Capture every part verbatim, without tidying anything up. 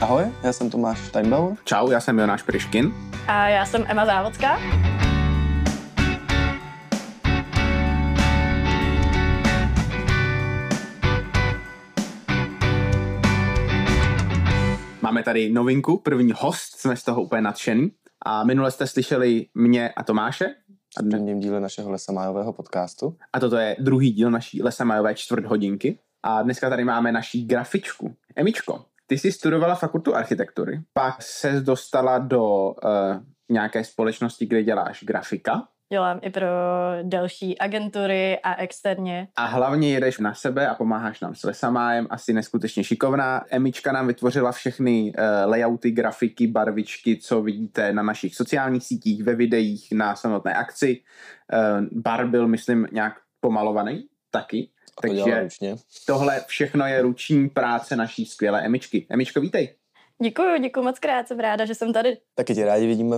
Ahoj, já jsem Tomáš Steinbauer. Čau, já jsem Jonáš Pryškin. A já jsem Emma Závodská. Máme tady novinku, první host, jsme z toho úplně nadšený. A minule jste slyšeli mě a Tomáše. A v prvním díle našeho lesamájového podcastu. A toto je druhý díl naší lesamájové čtvrthodinky. A dneska tady máme naší grafičku. Emičko, ty jsi studovala fakultu architektury, pak ses dostala do uh, nějaké společnosti, kde děláš grafika. Dělám i pro další agentury a externě. A hlavně jedeš na sebe a pomáháš nám s lesamájem, asi neskutečně šikovná. Emička nám vytvořila všechny uh, layouty, grafiky, barvičky, co vidíte na našich sociálních sítích, ve videích, na samotné akci. Uh, bar byl, myslím, nějak pomalovaný taky. A to dělá ručně. Tohle všechno je ruční práce naší skvělé Emičky. Emičko, vítej. Děkuju, děkuju moc krát, jsem ráda, že jsem tady. Taky tě rádi vidíme.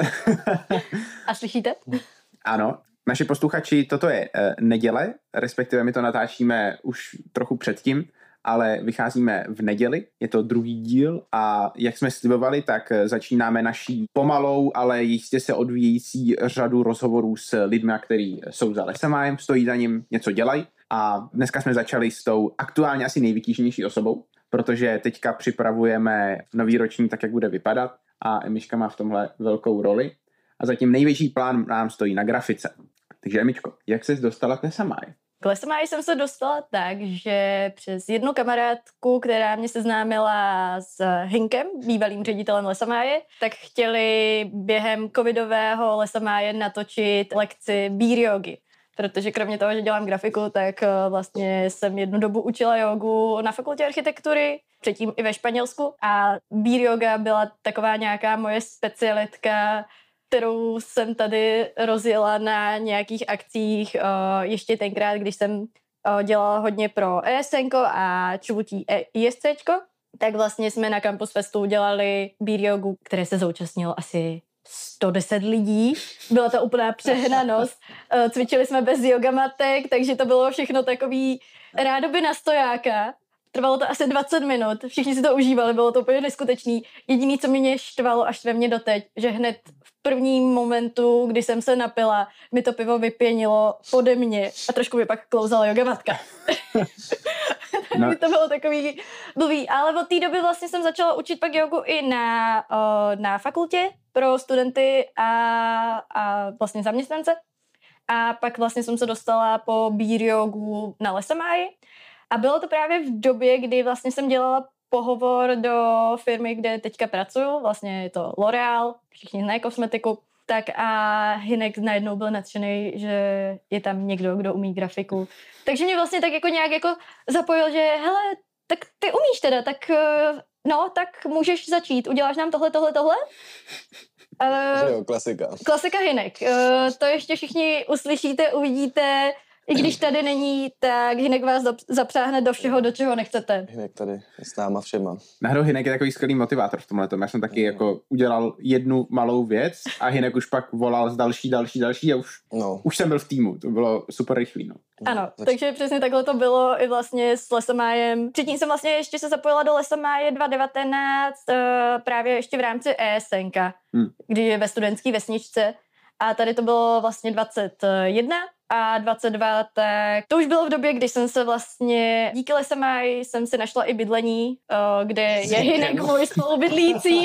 A slyšíte? Ano, naši posluchači, toto je uh, neděle, respektive my to natáčíme už trochu předtím, ale vycházíme v neděli, je to druhý díl a jak jsme slibovali, tak začínáme naší pomalou, ale jistě se odvíjející řadu rozhovorů s lidmi, kteří jsou za lesamájem, stojí za ním, něco dělají. A dneska jsme začali s tou aktuálně asi nejvytíženější osobou, protože teďka připravujeme nový ročník tak, jak bude vypadat a Emička má v tomhle velkou roli. A zatím největší plán nám stojí na grafice. Takže Emičko, jak ses dostala k lesamáji? K lesamáji jsem se dostala tak, že přes jednu kamarádku, která mě seznámila s Hinkem, bývalým ředitelem lesamáje, tak chtěli během covidového lesamáje natočit lekci beer jogy. Protože kromě toho, že dělám grafiku, tak vlastně jsem jednu dobu učila jogu na fakultě architektury, předtím i ve Španělsku. A beer yoga byla taková nějaká moje specialitka, kterou jsem tady rozjela na nějakých akcích ještě tenkrát, když jsem dělala hodně pro ESNko a čuvutí ISCčko, tak vlastně jsme na Campus Festu dělali beer jogu, které se zúčastnilo asi sto deset lidí. Byla to úplná přehnanost. Cvičili jsme bez jogamatek, takže to bylo všechno takový rádoby na stojáka. Trvalo to asi dvacet minut, všichni si to užívali, bylo to úplně neskutečný. Jediné, co mě štvalo až ve mně doteď, že hned v prvním momentu, kdy jsem se napila, mi to pivo vypěnilo pode mě a trošku mi pak klouzala jogamatka. No. To bylo takový blbý, ale od té doby vlastně jsem začala učit pak jogu i na, na fakultě pro studenty a, a vlastně zaměstnance. A pak vlastně jsem se dostala po beer jogu na lesamáji. A bylo to právě v době, kdy vlastně jsem dělala pohovor do firmy, kde teďka pracuju, vlastně je to L'Oreal, všichni znají kosmetiku, tak a Hinek najednou byl nadšený, že je tam někdo, kdo umí grafiku. Takže mě vlastně tak jako nějak jako zapojil, že hele, tak ty umíš teda, tak no, tak můžeš začít, uděláš nám tohle, tohle, tohle? Uh, jo, klasika. Klasika Hinek. Uh, to ještě všichni uslyšíte, uvidíte. I když tady není, tak Hinek vás zapřáhne do všeho, do čeho nechcete. Hinek tady je s náma všema. Na hru Hinek je takový skvělý motivátor v tomhletom. Já jsem taky no. jako udělal jednu malou věc a Hinek už pak volal z další, další, další a už, no. už jsem byl v týmu. To bylo super rychlý. No. Ano, Zač- takže přesně takhle to bylo i vlastně s lesamájem. Předtím jsem vlastně ještě se zapojila do lesamáje dva tisíce devatenáct uh, právě ještě v rámci ESNka, hmm. kdy je ve studentské vesničce. A tady to bylo vlastně dvacet jedna a dvacet dva, tak to už bylo v době, kdy jsem se vlastně, díky lesamáji jsem si našla i bydlení, kde je Hinek můj spolubydlící.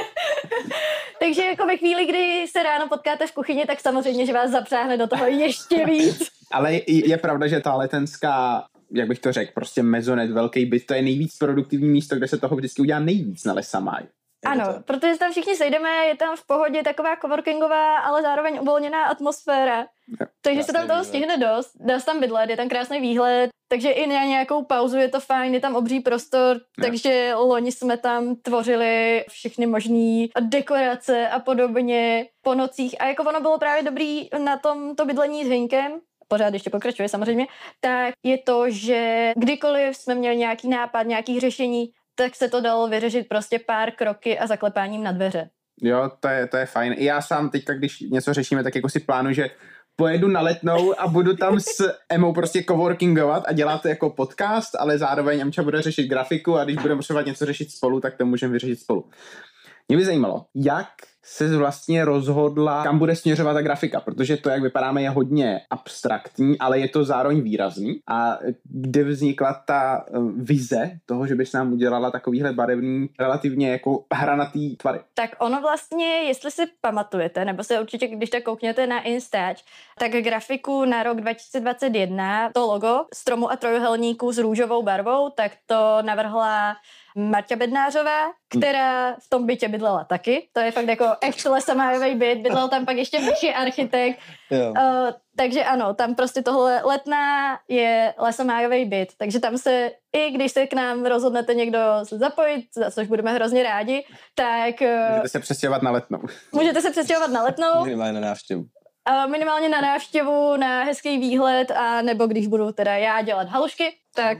Takže jako ve chvíli, kdy se ráno potkáte v kuchyni, tak samozřejmě, že vás zapřáhne do toho ještě víc. Ale je, je pravda, že ta letenská, jak bych to řekl, prostě mezonet, velký byt, to je nejvíc produktivní místo, kde se toho vždycky udělá nejvíc na lesamáji. Ano, protože se tam všichni sejdeme, je tam v pohodě taková coworkingová, ale zároveň uvolněná atmosféra. Jo, takže se tam toho stihne dost, dá se tam bydlet, je tam krásný výhled, takže i na nějakou pauzu je to fajn, je tam obří prostor, jo. Takže loni jsme tam tvořili všechny možný dekorace a podobně po nocích. A jako ono bylo právě dobrý na tom to bydlení s Hinkem, pořád ještě pokračuje samozřejmě, tak je to, že kdykoliv jsme měli nějaký nápad, nějaký řešení, tak se to dalo vyřešit prostě pár kroky a zaklepáním na dveře. Jo, to je, to je fajn. I já sám teďka, když něco řešíme, tak jako si plánuji, že pojedu na Letnou a budu tam s Emou prostě coworkingovat a dělat jako podcast, ale zároveň Emča bude řešit grafiku a když budeme potřebovat něco řešit spolu, tak to můžeme vyřešit spolu. Mě by zajímalo, jak se vlastně rozhodla, kam bude směřovat ta grafika, protože to, jak vypadáme, je hodně abstraktní, ale je to zároveň výrazný. A kde vznikla ta vize toho, že bys nám udělala takovýhle barevný, relativně jako hranatý tvary? Tak ono vlastně, jestli si pamatujete, nebo se určitě, když tak koukněte na Instač, tak grafiku na rok dva tisíce dvacet jedna, to logo stromu a trojuhelníku s růžovou barvou, tak to navrhla Marta Bednářová, která v tom bytě bydlela taky. To je fakt jako echt lesamájový byt, bydlel tam pak ještě vyšší architekt. Jo. Uh, takže ano, tam prostě tohle Letná je lesamájový byt, takže tam se, i když se k nám rozhodnete někdo zapojit, za což budeme hrozně rádi, tak... Uh, můžete se přestěhovat na Letnou. Můžete se přestěhovat na Letnou. Minimálně na návštěvu. Uh, minimálně na návštěvu, na hezký výhled, a nebo když budu teda já dělat halušky, tak...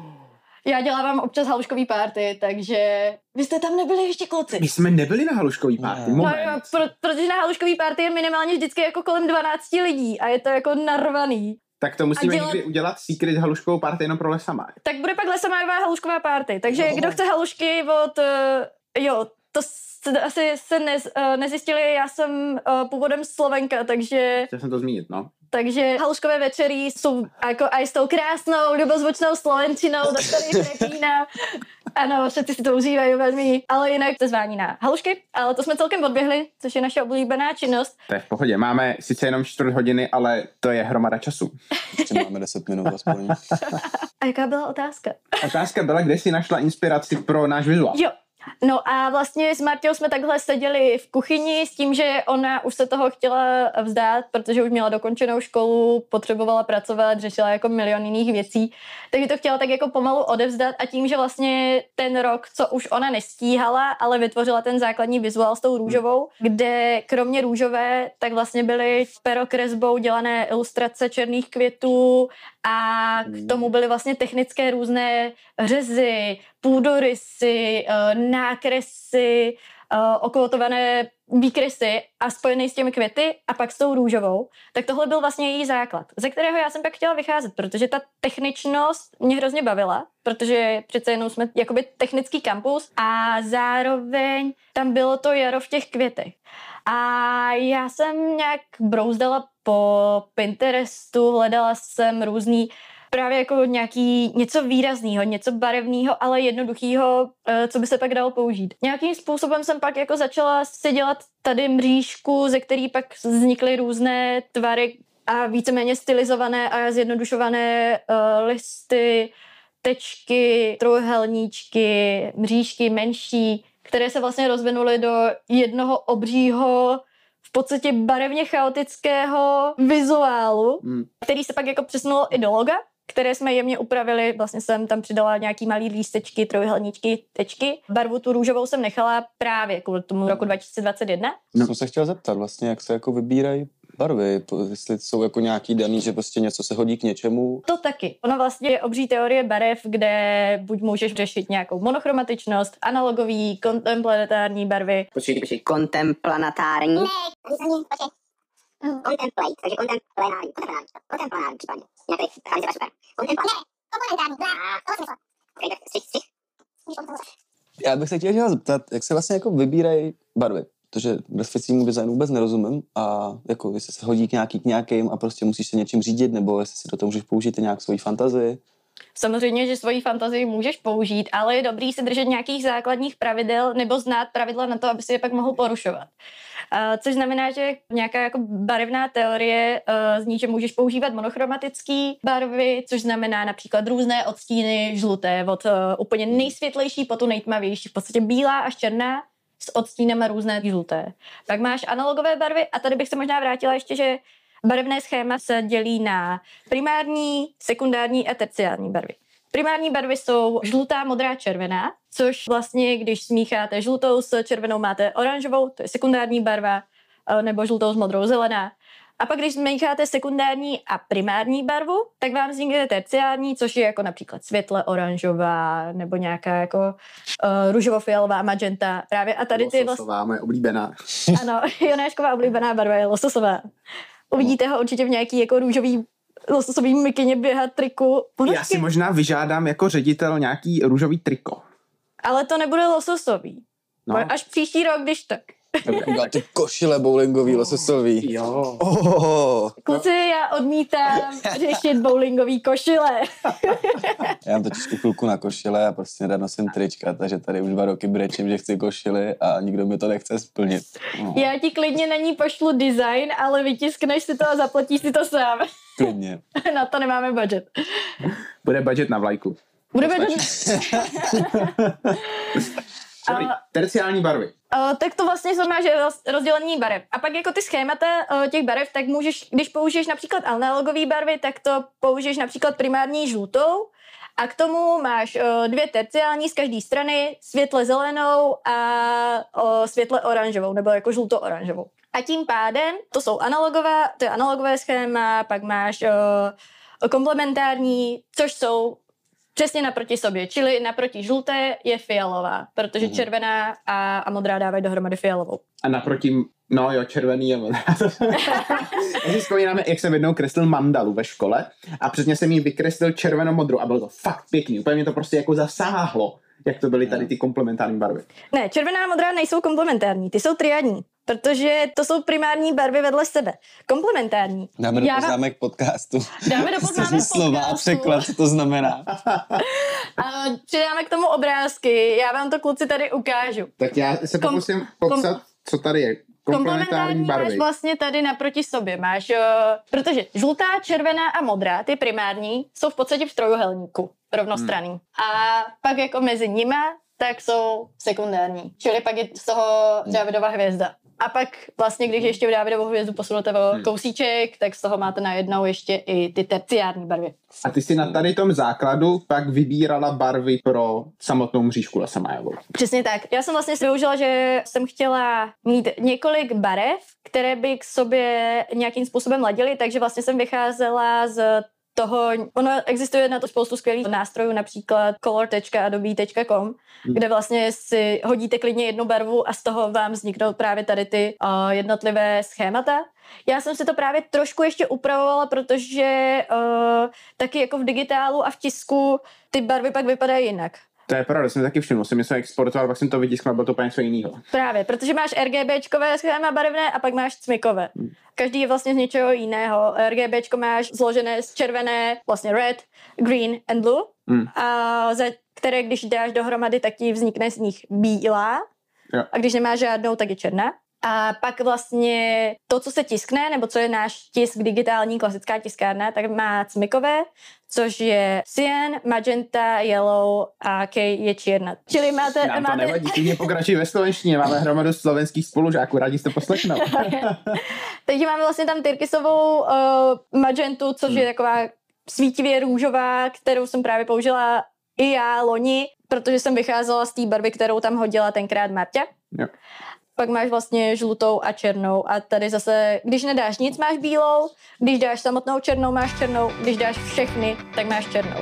Já dělávám občas haluškový party, takže vy jste tam nebyli ještě kluci. My jsme nebyli na haluškový party, No. moment. No jo, pro, protože na haluškový party je minimálně vždycky jako kolem dvanáct lidí a je to jako narvaný. Tak to musíme dělat- někdy udělat secret haluškovou party jenom pro Lesamáj. Tak bude pak lesamájová halušková party, takže No. kdo chce halušky od, uh, jo, to se, asi se nez, uh, nezjistili, já jsem uh, původem Slovenka, takže... Chtěl jsem to zmínit, no. Takže haluškové večery jsou jako aj s tou krásnou, ljubozvučnou slovenčinou, do které prepíná. Ano, všetci si to užívají velmi, ale jinak se zvání na halušky, ale to jsme celkem odběhli, což je naše oblíbená činnost. To je v pohodě. Máme sice jenom čtvrt hodiny, ale to je hromada času. Ještě máme deset minut aspoň. A jaká byla otázka? Otázka byla, kde jsi našla inspiraci pro náš vizuál. Jo. No a vlastně s Martou jsme takhle seděli v kuchyni s tím, že ona už se toho chtěla vzdát, protože už měla dokončenou školu, potřebovala pracovat, řešila jako milion jiných věcí, takže to chtěla tak jako pomalu odevzdat a tím, že vlastně ten rok, co už ona nestíhala, ale vytvořila ten základní vizuál s tou růžovou, kde kromě růžové, tak vlastně byly perokresbou dělané ilustrace černých květů a k tomu byly vlastně technické různé řezy, půdorysy, nákresy, okotované výkresy a spojené s těmi květy a pak s tou růžovou, tak tohle byl vlastně její základ, ze kterého já jsem pak chtěla vycházet, protože ta techničnost mě hrozně bavila, protože přece jenom jsme jakoby technický kampus a zároveň tam bylo to jaro v těch květech. A já jsem nějak brouzdala po Pinterestu, hledala jsem různý právě jako nějaký něco výrazného, něco barevného, ale jednoduchého, co by se pak dalo použít. Nějakým způsobem jsem pak jako začala si dělat tady mřížku, ze který pak vznikly různé tvary a víceméně stylizované a zjednodušované uh, listy, tečky, trojúhelníčky, mřížky menší, které se vlastně rozvinuly do jednoho obřího, v podstatě barevně chaotického vizuálu, hmm. který se pak jako přesunul i do loga, které jsme jemně upravili, vlastně jsem tam přidala nějaký malý lístečky, trojúhelníčky, tečky. Barvu tu růžovou jsem nechala právě kvůli tomu roku dva tisíce dvacet jedna. No, jsem se chtěl zeptat vlastně, jak se jako vybírají barvy, jestli jsou jako nějaký daný, že prostě něco se hodí k něčemu. To taky. Ono vlastně je obří teorie barev, kde buď můžeš řešit nějakou monochromatičnost, analogový, kontemplanetární barvy. Počkej, počkej, kontemplanetární. Ne, ani, počkej. Contemplate, takže kontemplanární, kontemplanární, kontemplanární případně. Nějaký cháli super. Kontemplanární. Ne, komplementární, to smysl. Ok, tak střih, střih. Já bych se chtěl zeptat, jak se vlastně jako vybírají barvy, protože grafickému designu vůbec nerozumím a jako jestli se hodí k nějaký k nějakým a prostě musíš se něčím řídit, nebo jestli si do toho můžeš použít nějak svoji fantazii. Samozřejmě, že svoji fantazii můžeš použít, ale je dobrý se držet nějakých základních pravidel nebo znát pravidla na to, aby si je pak mohl porušovat. Uh, což znamená, že nějaká jako barevná teorie uh, zní, že můžeš používat monochromatické barvy, což znamená například různé odstíny žluté, od uh, úplně nejsvětlejší po tu nejtmavější, v podstatě bílá až černá s odstínama různé žluté. Pak máš analogové barvy a tady bych se možná vrátila ještě, že barevné schéma se dělí na primární, sekundární a terciární barvy. Primární barvy jsou žlutá, modrá, červená, což vlastně, když smícháte žlutou s červenou, máte oranžovou, to je sekundární barva, nebo žlutou s modrou, zelená. A pak, když smícháte sekundární a primární barvu, tak vám vznikne terciární, což je jako například světle oranžová, nebo nějaká jako uh, růžovo-fialová, magenta. Právě a tady ty Lososová, moje oblíbená. Ano, Jonášková oblíbená barva je lososová. Uvidíte ho určitě v nějaký jako růžový lososový mikině běhat triku. Ponožky. Já si možná vyžádám jako ředitel nějaký růžový triko. Ale to nebude lososový. No. Až příští rok, když tak. Udělat ty košile bowlingový, lososový. Jo. Oh. Kluci, já odmítám řešit bowlingový košile. Já mám totiž tu chvilku na košile a prostě rád nosím trička, takže tady už dva roky brečím, že chci košily a nikdo mi to nechce splnit. No. Já ti klidně na ní pošlu design, ale vytiskneš si to a zaplatíš si to sám. Klidně. Na to nemáme budget. Bude budget na vlajku. Bude budget. Dobrý. Terciální barvy. Uh, tak to vlastně znamená, že roz, rozdělení barev. A pak jako ty schémata uh, těch barev, tak můžeš, když použiješ například analogové barvy, tak to použiješ například primární žlutou a k tomu máš uh, dvě terciální z každé strany, světle zelenou a uh, světle oranžovou, nebo jako žluto-oranžovou. A tím pádem, to jsou analogové, to je analogové schéma, pak máš uh, komplementární, což jsou přesně naproti sobě, čili naproti žluté je fialová, protože mm. červená a, a modrá dávají dohromady fialovou. A naproti, no jo, červený a modrá. Já si vzpomínám, jak jsem jednou kreslil mandalu ve škole a přesně jsem jí vykreslil červeno-modrou a bylo to fakt pěkný. Úplně mě to prostě jako zasáhlo, jak to byly tady ty komplementární barvy. Ne, červená a modrá nejsou komplementární, ty jsou triadní. Protože to jsou primární barvy vedle sebe. Komplementární. Dáme do Já poznámek vám... podcastu. Dáme do poznámek slova a překlad, co to znamená. A přidáme k tomu obrázky. Já vám to, kluci, tady ukážu. Tak já se Kom- pokusím popsat, kom- co tady je. Komplementární barvy. Máš vlastně tady naproti sobě. Máš, uh, protože žlutá, červená a modrá, ty primární, jsou v podstatě v trojuhelníku rovnostranný. Hmm. A pak jako mezi nima, tak jsou sekundární. Čili pak je z toho Dávidova hvězda. A pak vlastně, když ještě v Dávidovu hvězdu posunete o hmm. kousíček, tak z toho máte najednou ještě i ty terciární barvy. A ty si na tady tom základu pak vybírala barvy pro samotnou mřížku Lesamajovou. Přesně tak. Já jsem vlastně si využila, že jsem chtěla mít několik barev, které by k sobě nějakým způsobem ladily, takže vlastně jsem vycházela z toho, ono existuje na to spoustu skvělých nástrojů, například color tečka adobe tečka com, hmm. kde vlastně si hodíte klidně jednu barvu a z toho vám vzniknou právě tady ty uh, jednotlivé schémata. Já jsem si to právě trošku ještě upravovala, protože uh, taky jako v digitálu a v tisku ty barvy pak vypadají jinak. To je pravda, jsem taky všiml, jsem něco exportoval, pak jsem to vytiskl a bylo to úplně něco jiného. Právě, protože máš RGBčkové schéma barevné a pak máš cmykové. Hmm. Každý je vlastně z něčeho jiného. RGBčko máš zložené z červené, vlastně red, green and blue, hmm. a za které když dáš dohromady, tak ti vznikne z nich bílá, jo. A když nemáš žádnou, tak je černá. A pak vlastně to, co se tiskne, nebo co je náš tisk digitální klasická tiskárna, tak má cmykové, což je cyan, magenta, yellow a K je černá. Čili máte... Nám to máte... nevadí, klidně pokračuj ve slovenštině, máme hromadu slovenských spolužáků, rádi jste poslechnou. Takže máme vlastně tam tyrkysovou uh, magentu, což hmm. je taková svítivě růžová, kterou jsem právě použila i já loni, protože jsem vycházela z té barvy, kterou tam hodila tenkrát Marťa. Jo. Pak máš vlastně žlutou a černou a tady zase, když nedáš nic, máš bílou, když dáš samotnou černou, máš černou, když dáš všechny, tak máš černou.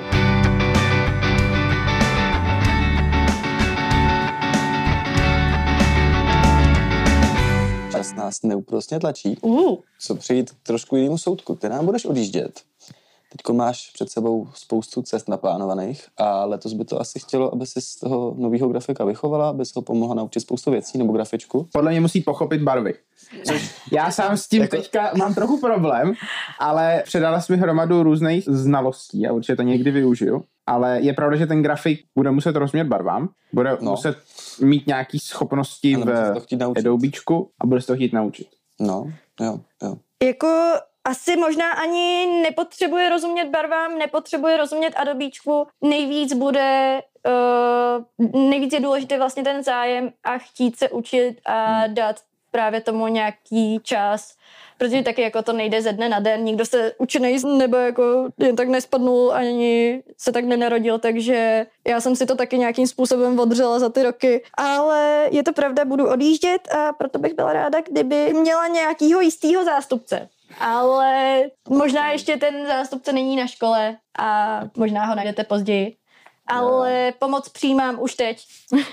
Čas nás neúprostně tlačí. Uh. Co přijít k trošku jinému soudku, ty nám budeš odjíždět. Teďko máš před sebou spoustu cest naplánovaných a letos by to asi chtělo, aby si z toho nového grafika vychovala, aby se ho pomohla naučit spoustu věcí, nebo grafičku. Podle mě musí pochopit barvy. Což já sám s tím jako... teďka mám trochu problém, ale předala jsi mi hromadu různých znalostí a určitě to někdy využiju. Ale je pravda, že ten grafik bude muset rozumět barvám, bude no. muset mít nějaké schopnosti v Adobečku a bude se to chtít naučit. No, jo, jo. Jako... Asi možná ani nepotřebuje rozumět barvám, nepotřebuje rozumět Adobečku. Nejvíc bude, uh, nejvíc je důležitý vlastně ten zájem a chtít se učit a dát právě tomu nějaký čas. Protože taky jako to nejde ze dne na den, nikdo se učenej z nebe jako jen tak nespadnul, ani se tak nenarodil, takže já jsem si to taky nějakým způsobem odřela za ty roky. Ale je to pravda, budu odjíždět a proto bych byla ráda, kdyby měla nějakýho jistýho zástupce. Ale možná ještě ten zástupce není na škole a možná ho najdete později. ale pomoc přijímám už teď.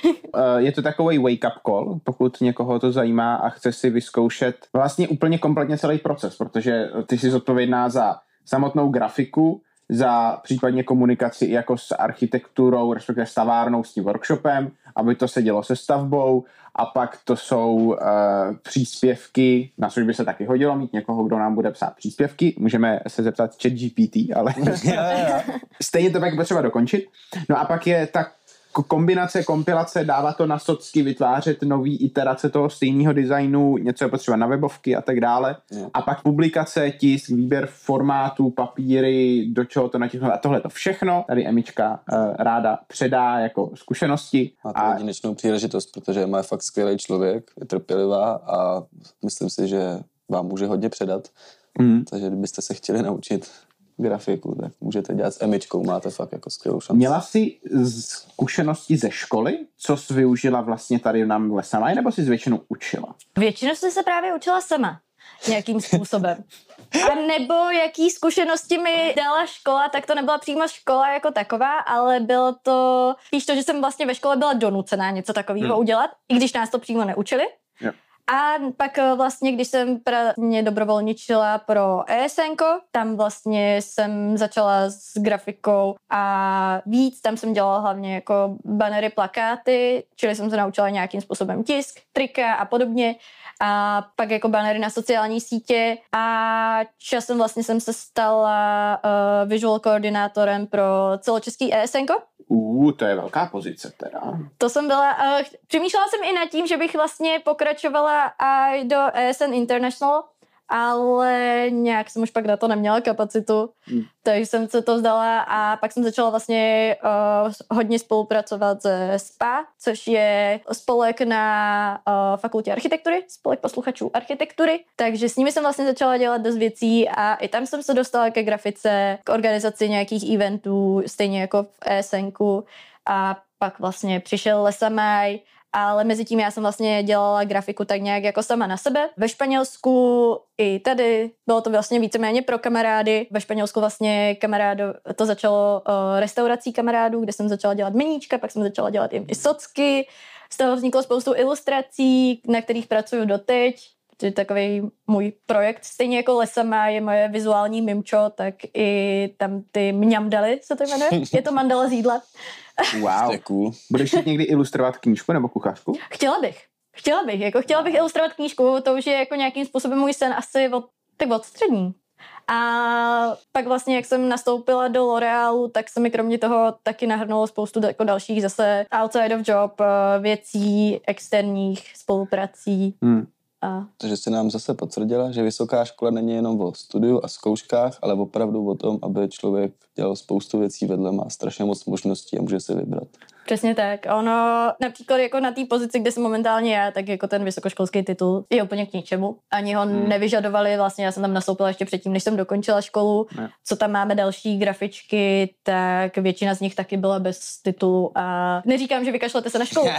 Je to takový wake-up call, pokud někoho to zajímá a chce si vyzkoušet vlastně úplně kompletně celý proces, protože ty jsi zodpovědná za samotnou grafiku, za případně komunikaci jako s architekturou, respektive stavárnou, s tím workshopem, aby to se dělo se stavbou, a pak to jsou uh, příspěvky, na což by se taky hodilo mít někoho, kdo nám bude psát příspěvky. Můžeme se zeptat ChatGPT, ale stejně to pak potřeba dokončit. No a pak je ta kombinace, kompilace, dávat to na socky, vytvářet nový iterace toho stejného designu, něco je potřeba na webovky a tak dále. Yeah. A pak publikace, tisk, výběr formátů, papíry, do čeho to natisknout a tohle to všechno. Tady Emička uh, ráda předá jako zkušenosti. Má to jedinečnou příležitost, protože má fakt skvělý člověk, je trpělivá a myslím si, že vám může hodně předat. Mm. Takže kdybyste se chtěli naučit grafiku, tak můžete dělat s Emičkou, máte fakt jako skvělou šanci. Měla jsi zkušenosti ze školy, co jsi využila vlastně tady na Lesamaj, nebo jsi většinou učila? Většinou jsem se právě učila sama nějakým způsobem. A nebo jaký zkušenosti mi dala škola, tak to nebyla přímo škola jako taková, ale bylo to spíš to, že jsem vlastně ve škole byla donucená něco takového hmm. udělat, i když nás to přímo neučili. Jo. A pak vlastně, když jsem mě dobrovolničila pro E S N ko, tam vlastně jsem začala s grafikou a víc, tam jsem dělala hlavně jako bannery, plakáty, čili jsem se naučila nějakým způsobem tisk, trika a podobně. A pak jako bannery na sociální sítě a časem vlastně jsem se stala uh, visual koordinátorem pro celočeský E S N ko. Uh, to je velká pozice teda. To jsem byla, uh, přemýšlela jsem i nad tím, že bych vlastně pokračovala i do E S N International, ale nějak jsem už pak na to neměla kapacitu, hmm. takže jsem se to vzdala a pak jsem začala vlastně uh, hodně spolupracovat se S P A, což je spolek na uh, fakultě architektury, spolek posluchačů architektury, takže s nimi jsem vlastně začala dělat dost věcí a i tam jsem se dostala ke grafice, k organizaci nějakých eventů, stejně jako v E S N ku a pak vlastně přišel Lesamaj, ale mezi tím já jsem vlastně dělala grafiku tak nějak jako sama na sebe. Ve Španělsku i tady bylo to vlastně víceméně pro kamarády. Ve Španělsku vlastně kamarádo, to začalo uh, restaurací kamarádů, kde jsem začala dělat meníčka, pak jsem začala dělat i socky. Z toho vzniklo spoustu ilustrací, na kterých pracuju doteď. To je takový můj projekt. Stejně jako Lesamaj je moje vizuální mimčo, tak i tam ty mňamdaly se to jmenuje. Je to mandala z jídla. Wow. Cool. Budeš si někdy ilustrovat knížku nebo kuchařku? Chtěla bych. Chtěla bych. Jako chtěla bych ilustrovat knížku. To už je jako nějakým způsobem můj sen asi od, tak od střední. A pak vlastně, jak jsem nastoupila do L'Orealu, tak se mi kromě toho taky nahrnulo spoustu jako dalších zase outside of job věcí, externích spoluprací. Hmm. A... Takže jsi nám zase potvrdila, že vysoká škola není jenom o studiu a zkouškách, ale opravdu o tom, aby člověk dělal spoustu věcí vedle, má strašně moc možností a může si vybrat. Přesně tak. Ono například jako na té pozici, kde jsem momentálně já, tak jako ten vysokoškolský titul je úplně k ničemu. Ani ho hmm. nevyžadovali, vlastně já jsem tam nastoupila ještě předtím, než jsem dokončila školu. Ne. Co tam máme další grafičky, tak většina z nich taky byla bez titulu a neříkám, že vykašlete se na školu.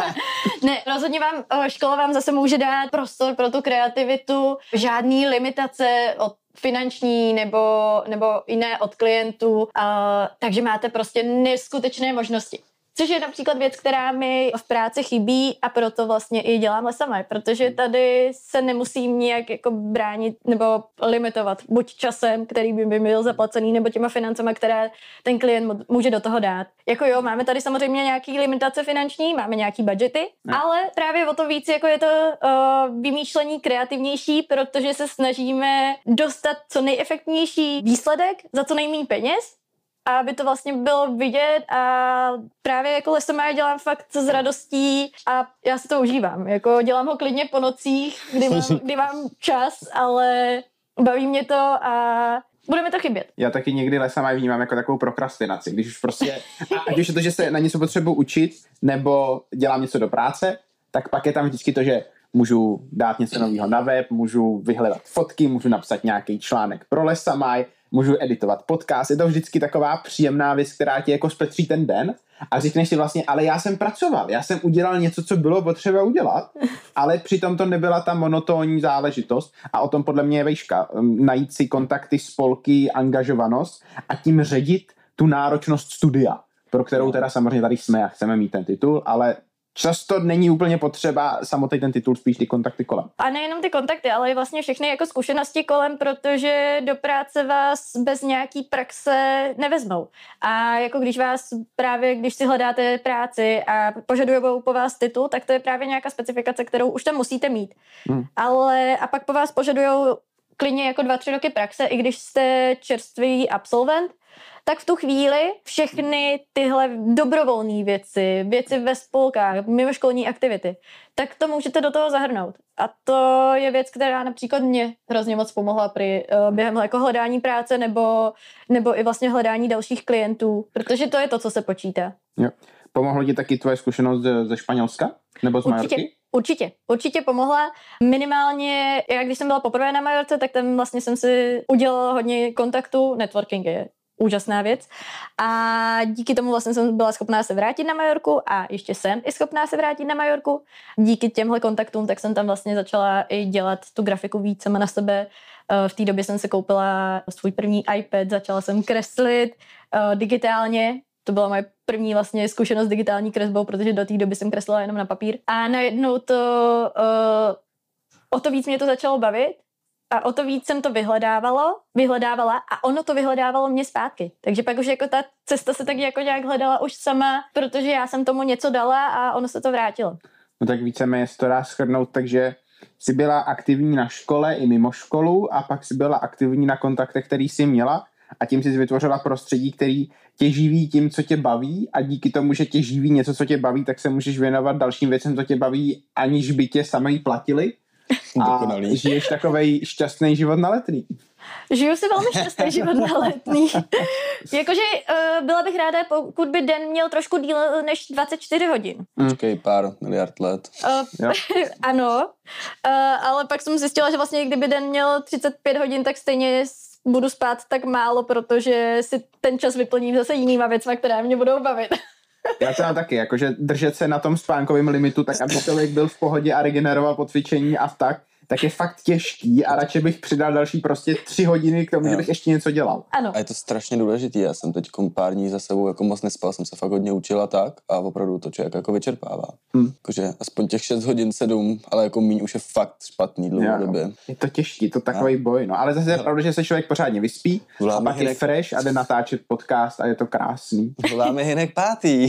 Ne, rozhodně vám, škola vám zase může dát prostor pro tu kreativitu, žádný limitace od finanční nebo, nebo jiné od klientů, uh, takže máte prostě neskutečné možnosti. Což je například věc, která mi v práci chybí a proto vlastně i dělám Lesamaj, protože tady se nemusím nijak jako bránit nebo limitovat buď časem, který by mi byl zaplacený, nebo těma financema, které ten klient může do toho dát. Jako jo, máme tady samozřejmě nějaký limitace finanční, máme nějaký budgety, ne. ale právě o to víc jako je to uh, vymýšlení kreativnější, protože se snažíme dostat co nejefektnější výsledek za co nejméně peněz, a aby to vlastně bylo vidět a právě jako Lesamaj dělám fakt s radostí a já si to užívám. Jako dělám ho klidně po nocích, kdy mám, kdy mám čas, ale baví mě to a bude mi to chybět. Já taky někdy Lesamaj vnímám jako takovou prokrastinaci, když už prostě, ať už je to, že se na něco potřebuji učit, nebo dělám něco do práce, tak pak je tam vždycky to, že můžu dát něco nového na web, můžu vyhledat fotky, můžu napsat nějaký článek pro Lesamaj, můžu editovat podcast, je to vždycky taková příjemná věc, která ti jako zpetří ten den a řekneš si vlastně, ale já jsem pracoval, já jsem udělal něco, co bylo potřeba udělat, ale přitom to nebyla ta monotónní záležitost a o tom podle mě je vejška, najít si kontakty, spolky, angažovanost a tím ředit tu náročnost studia. pro kterou teda samozřejmě tady jsme a chceme mít ten titul, ale často není úplně potřeba samotný ten titul, spíš ty kontakty kolem. A nejenom ty kontakty, ale i vlastně všechny jako zkušenosti kolem, protože do práce vás bez nějaký praxe nevezmou. A jako když vás právě, když si hledáte práci a požadujou po vás titul, tak to je právě nějaká specifikace, kterou už tam musíte mít. Hmm. Ale a pak po vás požadujou klidně jako dva, tři roky praxe, i když jste čerstvý absolvent, tak v tu chvíli všechny tyhle dobrovolné věci, věci ve spolkách, mimoškolní aktivity, tak to můžete do toho zahrnout. A to je věc, která například mě hrozně moc pomohla při uh, během jako hledání práce nebo, nebo i vlastně hledání dalších klientů, protože to je to, co se počítá. Jo. Pomohlo ti taky tvoje zkušenost ze Španělska? Nebo z Určitě. Majorky? Určitě, určitě pomohla. Minimálně, já když jsem byla poprvé na Majorce, tak tam vlastně jsem si udělala hodně kontaktů. Networking je úžasná věc. A díky tomu vlastně jsem byla schopná se vrátit na Majorku a ještě jsem i schopná se vrátit na Majorku. Díky těmhle kontaktům tak jsem tam vlastně začala i dělat tu grafiku víc sama na sebe. V té době jsem si koupila svůj první iPad, začala jsem kreslit digitálně. To byla moje první vlastně zkušenost s digitální kresbou, protože do té doby jsem kreslila jenom na papír. A najednou to, uh, o to víc mě to začalo bavit a o to víc jsem to vyhledávalo, vyhledávala a ono to vyhledávalo mě zpátky. Takže pak už jako ta cesta se tak jako nějak hledala už sama, protože já jsem tomu něco dala a ono se to vrátilo. No tak víceméně se to dá shrnout, takže jsi byla aktivní na škole i mimo školu a pak jsi byla aktivní na kontaktech, který jsi měla. A tím jsi vytvořila prostředí, který tě živí tím, co tě baví a díky tomu, že tě živí něco, co tě baví, tak se můžeš věnovat dalším věcem, co tě baví, aniž by tě sami platili. A žiješ takovej šťastný život na Letný. Žiju si velmi šťastný život na Letný. Jakože uh, byla bych ráda, pokud by den měl trošku díl než dvacet čtyři hodin. Počkej, pár miliard let. Uh, ano, uh, ale pak jsem zjistila, že vlastně kdyby den měl třicet pět hodin, tak stejně budu spát tak málo, protože si ten čas vyplním zase jinýma věcma, které mě budou bavit. Já třeba taky, jakože držet se na tom spánkovém limitu, tak aby člověk byl v pohodě a regeneroval po cvičení a tak, tak je fakt těžký a radši bych přidal další prostě tři hodiny k tomu, jo. že bych ještě něco dělal. Ano. A je to strašně důležitý. Já jsem teď pár dní za sebou jako moc nespal, jsem se fakt hodně učila tak a opravdu to člověk jako vyčerpává. Hmm. Jakože aspoň těch šest hodin, sedm, ale jako míň už je fakt špatný dlouhodobě. Je to těžký, to takový no. boj, no. Ale zase je pravda, že se člověk pořádně vyspí Voláme a pak Hinek... je fresh a jde natáčet podcast a je to krásný. Voláme Hinek pátý.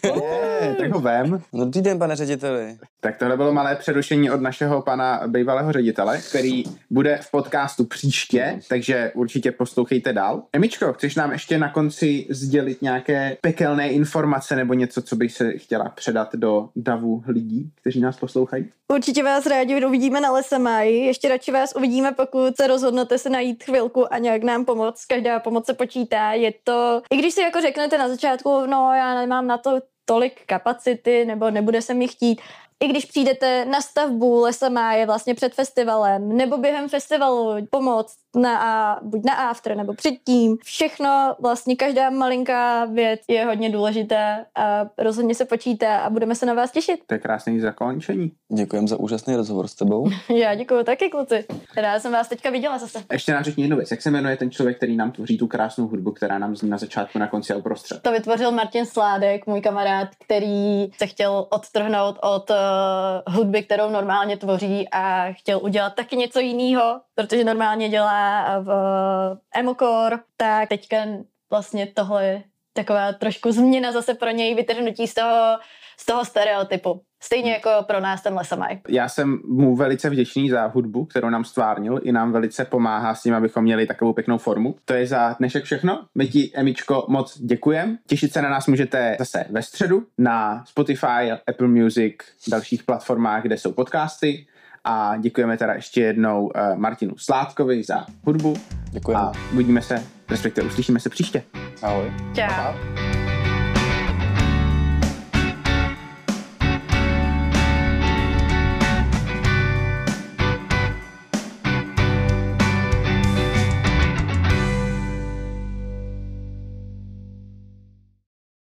Je, tak ho vem. No dobrý den, pane řediteli. Tak tohle bylo malé přerušení od našeho pana bývalého ředitele, který bude v podcastu příště, takže určitě poslouchejte dál. Emičko, chceš nám ještě na konci sdělit nějaké pekelné informace nebo něco, co bych se chtěla předat do davu lidí, kteří nás poslouchají? Určitě vás rádi uvidíme na Lesamáji. Ještě radši vás uvidíme, pokud se rozhodnete se najít chvilku a nějak nám pomoct. Každá pomoc se počítá. Je to, i když si jako řeknete na začátku, no já nemám na to tolik kapacity, nebo nebude se mi chtít. I když přijdete na stavbu Lesamáje vlastně před festivalem, nebo během festivalu pomoct na, buď na after, nebo předtím. Všechno, vlastně každá malinká věc je hodně důležitá a rozhodně se počítá a budeme se na vás těšit. To je krásný zakončení. Děkujem za úžasný rozhovor s tebou. Já děkuju taky, kluci. Ráda jsem vás teďka viděla zase. Ještě nám řekni jednu věc. Jak se jmenuje ten člověk, který nám tvoří tu krásnou hudbu, která nám zní na začátku, na konci a uprostřed? To vytvořil Martin Sládek, můj kamarád, který se chtěl odtrhnout od uh, hudby, kterou normálně tvoří a chtěl udělat taky něco jiného, protože normálně dělá v uh, emocore, tak teďka vlastně tohle je taková trošku změna zase pro něj, vytrhnutí z toho, z toho stereotypu. Stejně jako pro nás ten Lesamaj. Já jsem mu velice vděčný za hudbu, kterou nám stvárnil, i nám velice pomáhá s tím, abychom měli takovou pěknou formu. To je za dnešek všechno. My ti, Emičko, moc děkujem. Těšit se na nás můžete zase ve středu na Spotify, Apple Music, dalších platformách, kde jsou podcasty. A děkujeme teda ještě jednou uh, Martinu Sládkovi za hudbu. Děkujeme. A uvidíme se, respektive uslyšíme se příště. Ahoj. Čau.